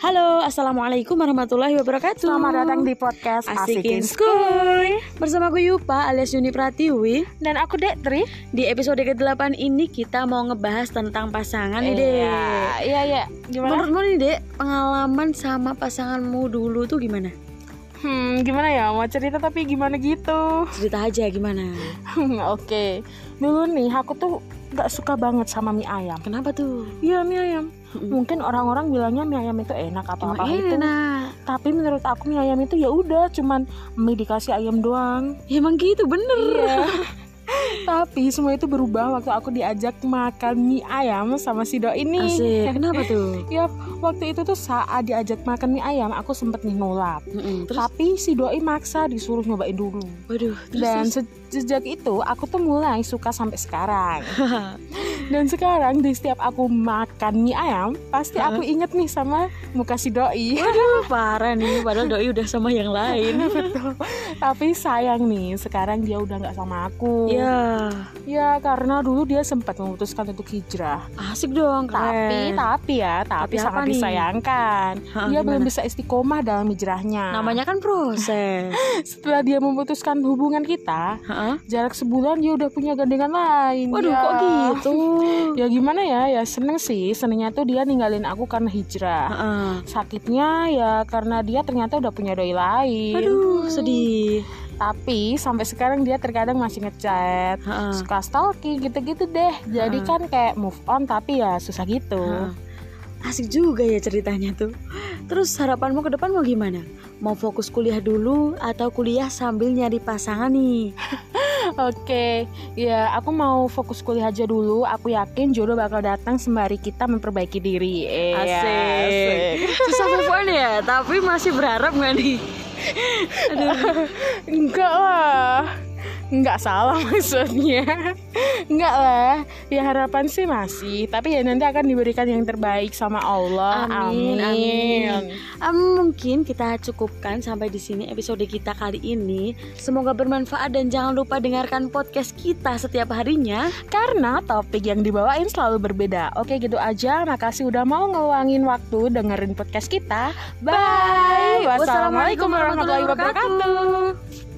Halo, assalamualaikum warahmatullahi wabarakatuh. Selamat datang di podcast Asikin Skuy. Bersama gue Yupa alias Yuni Pratiwi. Dan aku Dek Tri. Di episode ke-8 ini kita mau ngebahas tentang pasangan nih Dek. Iya. Gimana? Menurutmu nih Dek, pengalaman sama pasanganmu dulu tuh gimana? Gimana ya? Mau cerita tapi gimana gitu? Cerita aja gimana. Oke. Dulu nih aku tuh gak suka banget sama mie ayam. Kenapa tuh? Iya, mie ayam. Mungkin orang-orang bilangnya mie ayam itu enak atau apa itu. Tapi menurut aku mie ayam itu ya udah cuman mie dikasih ayam doang. Ya, emang gitu bener. Iya. Tapi semua itu berubah waktu aku diajak makan mie ayam sama si doi ini. Asik. Kenapa tuh? Ya waktu itu tuh saat diajak makan mie ayam aku sempet nih nolak. Terus? Tapi si doi maksa disuruh nyobain dulu. Waduh. Dan sejak itu aku tuh mulai suka sampai sekarang. Dan sekarang di setiap aku makan mie ayam pasti aku inget nih sama muka si doi. Waduh, parah nih. Padahal doi udah sama yang lain. Betul. Tapi sayang nih sekarang dia udah gak sama aku. Ya, karena dulu dia sempat memutuskan untuk hijrah. asik dong. Keren. Tapi sangat apa nih? disayangkan. Dia belum bisa istiqomah dalam hijrahnya. Namanya kan proses. Setelah dia memutuskan hubungan kita, jarak sebulan dia udah punya gandengan lain. Waduh, kok gitu? Ya gimana ya? Ya seneng sih. Senengnya tuh dia ninggalin aku karena hijrah. Sakitnya ya karena dia ternyata udah punya doi lain. Aduh, sedih. Tapi sampai sekarang dia terkadang masih ngechat, suka stalking gitu-gitu deh. Jadi kan kayak move on tapi ya susah gitu. Asik juga ya ceritanya tuh. Terus harapanmu ke depan mau gimana? Mau fokus kuliah dulu atau kuliah sambil nyari pasangan nih? Oke, ya aku mau fokus kuliah aja dulu. Aku yakin jodoh bakal datang sembari kita memperbaiki diri. Asik. Susah move on ya, tapi masih berharap gak nih? Aduh. Enggak lah, enggak salah maksudnya. Enggak lah, ya harapan sih masih. Tapi ya nanti akan diberikan yang terbaik sama Allah. Amin. Mungkin kita cukupkan sampai di sini episode kita kali ini. Semoga bermanfaat dan jangan lupa dengarkan podcast kita setiap harinya. Karena topik yang dibawain selalu berbeda. Oke, gitu aja. Makasih udah mau ngeluangin waktu dengerin podcast kita. Bye. Wassalamualaikum warahmatullahi wabarakatuh.